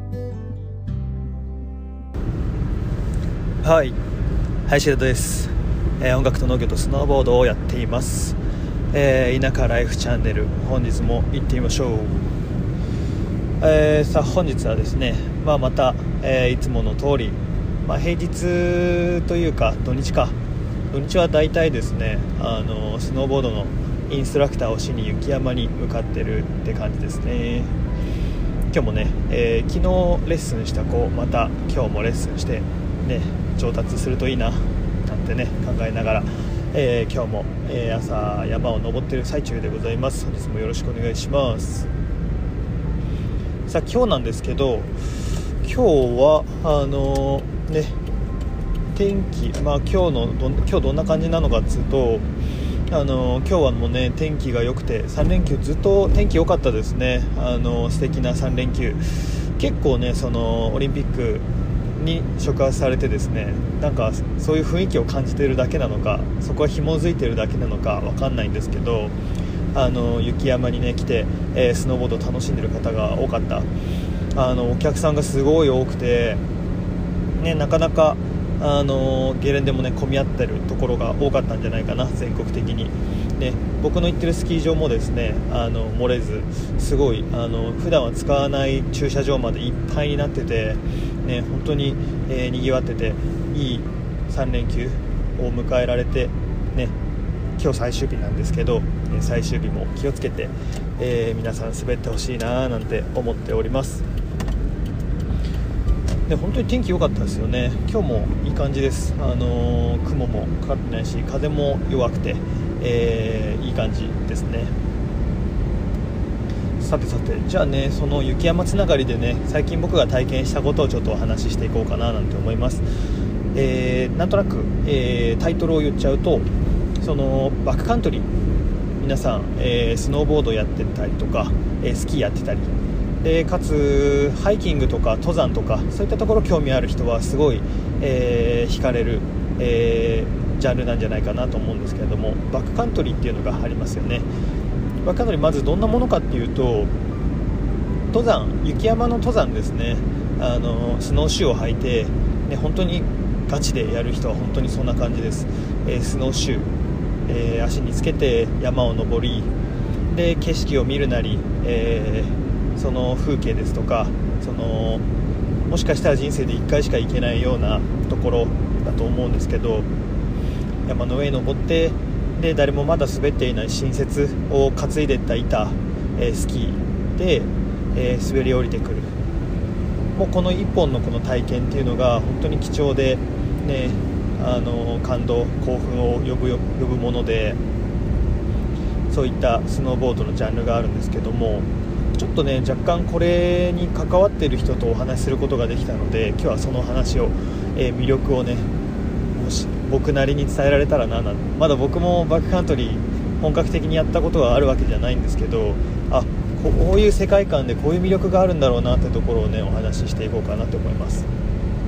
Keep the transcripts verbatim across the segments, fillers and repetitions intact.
はい、林田です、えー、音楽と農業とスノーボードをやっています、えー、田舎ライフチャンネル、本日も行ってみましょう。えー、さあ本日はですね、まあ、また、えー、いつもの通り、まあ、平日というか土日か土日はだいたいですね、あのスノーボードのインストラクターをしに雪山に向かってるって感じですね。今日もね、えー、昨日レッスンした子また今日もレッスンしてね、上達するといいななんてね考えながら、えー、今日も、えー、朝山を登っている最中でございます。本日もよろしくお願いします。さあ今日なんですけど、今日はあのー、ね天気、まあ今日のど今日どんな感じなのかっつうと、あのー、今日はもうね天気が良くてさん連休ずっと天気良かったですね。あのー、素敵なさん連休、結構ねそのオリンピックに触発されてですね、なんかそういう雰囲気を感じているだけなのか、そこは紐づいているだけなのか分かんないんですけど、あの雪山にね来て、えー、スノーボードを楽しんでいる方が多かった。あのお客さんがすごい多くて、ね、なかなかあのゲレンデもね混み合ってるところが多かったんじゃないかな、全国的に、ね、僕の行ってるスキー場もですね、あの漏れずすごいあの普段は使わない駐車場までいっぱいになってて、ね、本当に、えー、にぎわってていいさん連休を迎えられて、ね、今日最終日なんですけど、最終日も気をつけて、えー、皆さん滑ってほしいななんて思っております。で本当に天気良かったですよね。今日もいい感じです。あのー、雲もかかってないし風も弱くて、えー、いい感じですね。さてさて、じゃあねその雪山つながりでね最近僕が体験したことをちょっとお話ししていこうかななんて思います。えー、なんとなく、えー、タイトルを言っちゃうと、そのバックカントリー皆さん、えー、スノーボードやってたりとか、えー、スキーやってたりで、かつハイキングとか登山とかそういったところ興味ある人はすごい、えー、惹かれる、えー、ジャンルなんじゃないかなと思うんですけれども、バックカントリーっていうのがありますよね。バックカントリーまずどんなものかっていうと、登山、雪山の登山ですね。あのスノーシューを履いて、ね、本当にガチでやる人は本当にそんな感じです。えー、スノーシュー、えー、足につけて山を登りで景色を見るなり、えーその風景ですとか、そのもしかしたら人生でいっかいしか行けないようなところだと思うんですけど、山の上に登ってで誰もまだ滑っていない新雪を担いでいった板、えー、スキーで、えー、滑り降りてくる、もうこの一本のこの体験っていうのが本当に貴重で、ね、あの感動興奮を呼ぶ、呼ぶもので、そういったスノーボードのジャンルがあるんですけども、ちょっとね若干これに関わっている人とお話しすることができたので、今日はその話を、えー、魅力をねもし僕なりに伝えられたらななんて。まだ僕もバックカントリー本格的にやったことがあるわけじゃないんですけど、あこういう世界観でこういう魅力があるんだろうなってところをねお話ししていこうかなと思います。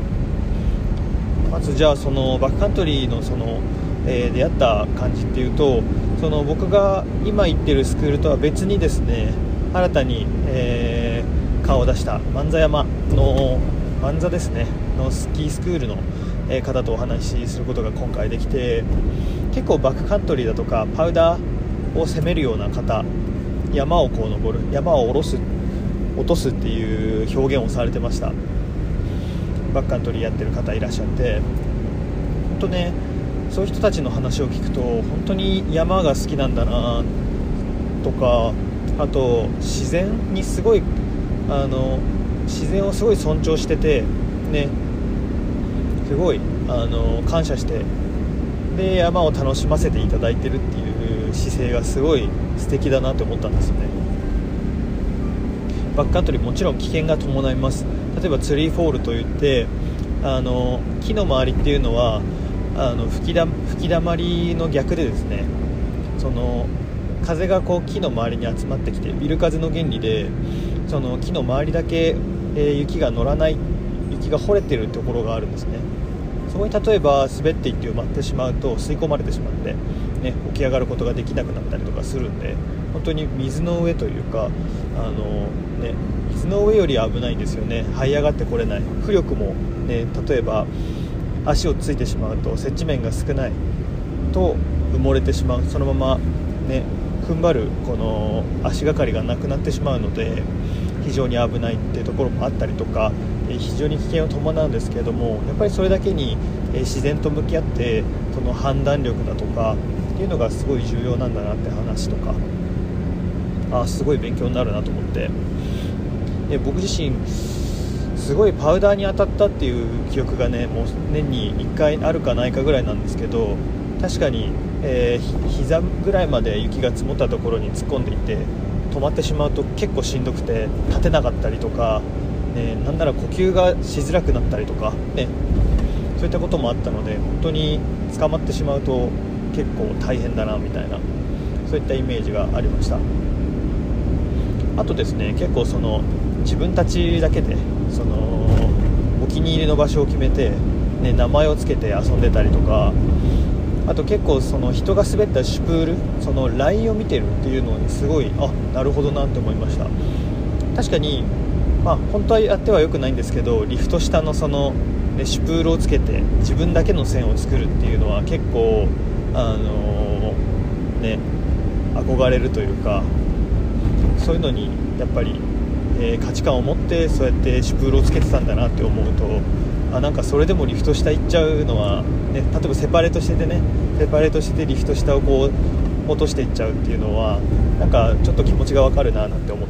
まずじゃあそのバックカントリーのその、えー、出会った感じっていうと、その僕が今行ってるスクールとは別にですね、新たに、えー、顔を出した万座山の万座ですねのスキースクールの、えー、方とお話しすることが今回できて、結構バックカントリーだとかパウダーを攻めるような方、山をこう登る、山を下ろす落とすっていう表現をされてました。バックカントリーやってる方いらっしゃって、本当ねそういう人たちの話を聞くと本当に山が好きなんだなとか、あと自然にすごいあの自然をすごい尊重しててね、すごいあの感謝してで山を楽しませていただいてるっていう姿勢がすごい素敵だなと思ったんですよね。バックカントリーもちろん危険が伴います。例えばツリーフォールといってあの木の周りっていうのはあの吹きだ吹きだまりの逆でですね、その風がこう木の周りに集まってきてビル風の原理でその木の周りだけ、えー、雪が乗らない、雪が掘れてるところがあるんですね。そこに例えば滑っていって埋まってしまうと吸い込まれてしまって、ね、起き上がることができなくなったりとかするんで、本当に水の上というかあの、ね、水スノーウェイより危ないんですよね。這い上がってこれない、浮力も、ね、例えば足をついてしまうと接地面が少ないと埋もれてしまう、そのまま、ね、踏ん張るこの足がかりがなくなってしまうので非常に危ないっていうところもあったりとか、非常に危険を伴うんですけれども、やっぱりそれだけに自然と向き合ってその判断力だとかっていうのがすごい重要なんだなって話とか、あすごい勉強になるなと思って、で僕自身すごいパウダーに当たったっていう記憶がねもう年にいっかいあるかないかぐらいなんですけど、確かに、えー、膝ぐらいまで雪が積もったところに突っ込んでいて止まってしまうと結構しんどくて立てなかったりとか、ね、なんなら呼吸がしづらくなったりとか、ね、そういったこともあったので、本当に捕まってしまうと結構大変だなみたいな、そういったイメージがありました。あとですね、結構その自分たちだけでそのお気に入りの場所を決めて、ね、名前をつけて遊んでたりとか、あと結構その人が滑ったシュプール、そのラインを見てるっていうのにすごいあなるほどなって思いました。確かに、まあ、本当はやっては良くないんですけど、リフト下のその、ね、シュプールをつけて自分だけの線を作るっていうのは結構あのー、ね憧れるというか、そういうのにやっぱり、えー、価値観を持ってそうやってシュプールをつけてたんだなって思うと、あなんかそれでもリフト下行っちゃうのは、ね、例えばセパレートしててねセパレートしてリフト下をこう落としていっちゃうっていうのはなんかちょっと気持ちがわかるななんて思って、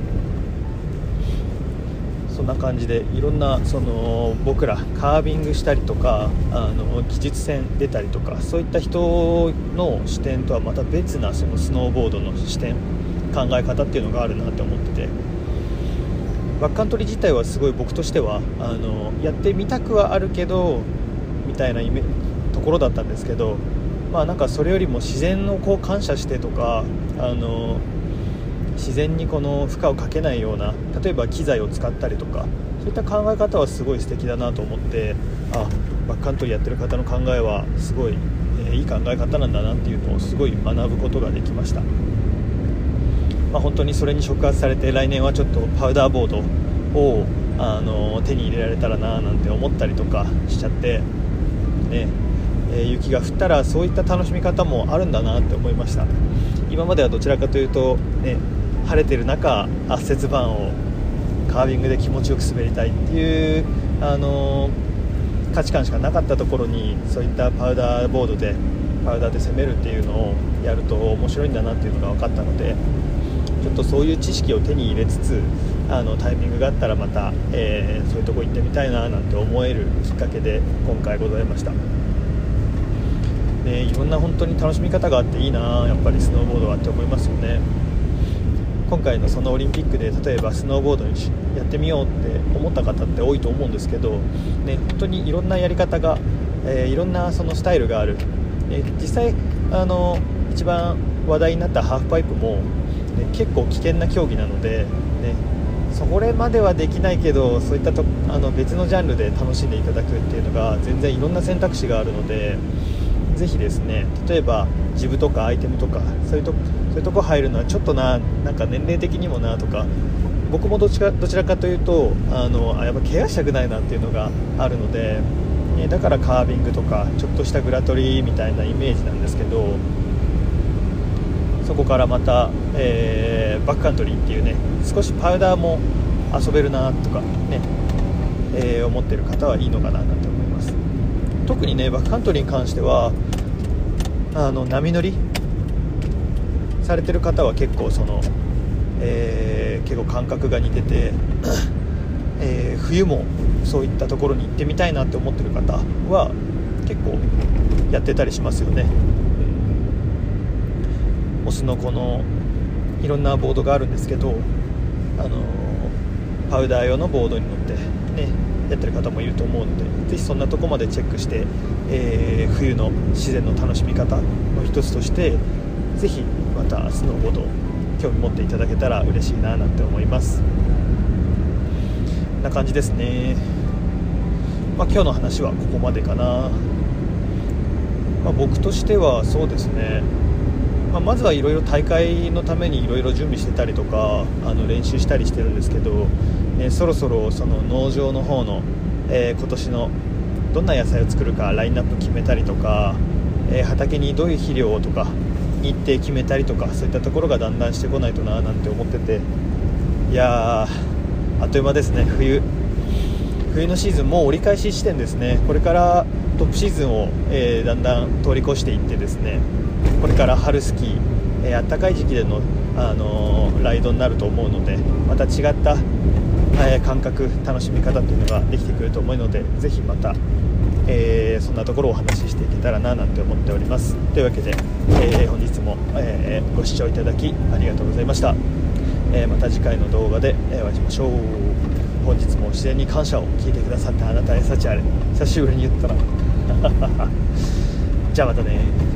そんな感じでいろんなその僕らカービングしたりとかあの技術戦出たりとか、そういった人の視点とはまた別なそのスノーボードの視点考え方っていうのがあるなって思ってて、バックカントリー自体はすごい僕としてはあのやってみたくはあるけどみたいなイメところだったんですけど、まあなんかそれよりも自然をこう感謝してとか、あの自然にこの負荷をかけないような例えば機材を使ったりとか、そういった考え方はすごい素敵だなと思って、あバックカントリーやってる方の考えはすごい、えー、いい考え方なんだなっていうのをすごい学ぶことができました。まあ、本当にそれに触発されて来年はちょっとパウダーボードをあの手に入れられたらななんて思ったりとかしちゃって、ねえー、雪が降ったらそういった楽しみ方もあるんだなって思いました。今まではどちらかというと、ね、晴れてる中圧雪板をカービングで気持ちよく滑りたいっていう、あのー、価値観しかなかったところにそういったパウダーボードでパウダーで攻めるっていうのをやると面白いんだなっていうのが分かったので、ちょっとそういう知識を手に入れつつあのタイミングがあったらまた、えー、そういうとこ行ってみたいななんて思えるきっかけで今回ございました。でいろんな本当に楽しみ方があっていいなやっぱりスノーボードはって思いますよね。今回のそのオリンピックで例えばスノーボードにやってみようって思った方って多いと思うんですけど、ね、本当にいろんなやり方が、えー、いろんなそのスタイルがある、えー、実際あの一番話題になったハーフパイプもね、結構危険な競技なので、ね、それまではできないけどそういったとあの別のジャンルで楽しんでいただくっていうのが全然いろんな選択肢があるので、ぜひですね例えばジブとかアイテムとかそういうとそういうとこ入るのはちょっとななんか年齢的にもなとか、僕もどちらどちらかというとあのあやっぱ怪我したくないなっていうのがあるので、ね、だからカービングとかちょっとしたグラトリーみたいなイメージなんですけど、そこからまた、えー、バックカントリーっていうね少しパウダーも遊べるなとかね、えー、思ってる方はいいのかななんて思います。特にねバックカントリーに関してはあの波乗りされてる方は結構その、えー、結構感覚が似てて、えー、冬もそういったところに行ってみたいなって思ってる方は結構やってたりしますよね。オスのこのいろんなボードがあるんですけど、あのパウダー用のボードに乗ってねやってる方もいると思うので、ぜひそんなとこまでチェックして、えー、冬の自然の楽しみ方の一つとしてぜひまたスノーボード興味持っていただけたら嬉しいななんて思います。こんな感じですね。まあ、今日の話はここまでかな。まあ、僕としてはそうですね、 まあ、まずはいろいろ大会のためにいろいろ準備してたりとかあの練習したりしてるんですけど、ね、そろそろその農場の方の、えー、今年のどんな野菜を作るかラインナップ決めたりとか、えー、畑にどういう肥料とか日程決めたりとか、そういったところがだんだんしてこないとななんて思ってて、いやーあっという間ですね。冬冬のシーズンもう折り返し地点ですね。これからトップシーズンを、えー、だんだん通り越していってですね、これから春スキー、えー、暖かい時期での、あのー、ライドになると思うので、また違った、えー、感覚楽しみ方というのができてくると思うので、ぜひまた、えー、そんなところをお話ししていけたらななんて思っております。というわけで、えー、本日も、えー、ご視聴いただきありがとうございました。えー、また次回の動画でお会いしましょう。本日も自然に感謝を聞いてくださったあなたへ幸あれ。久しぶりに言ったなじゃあまたね。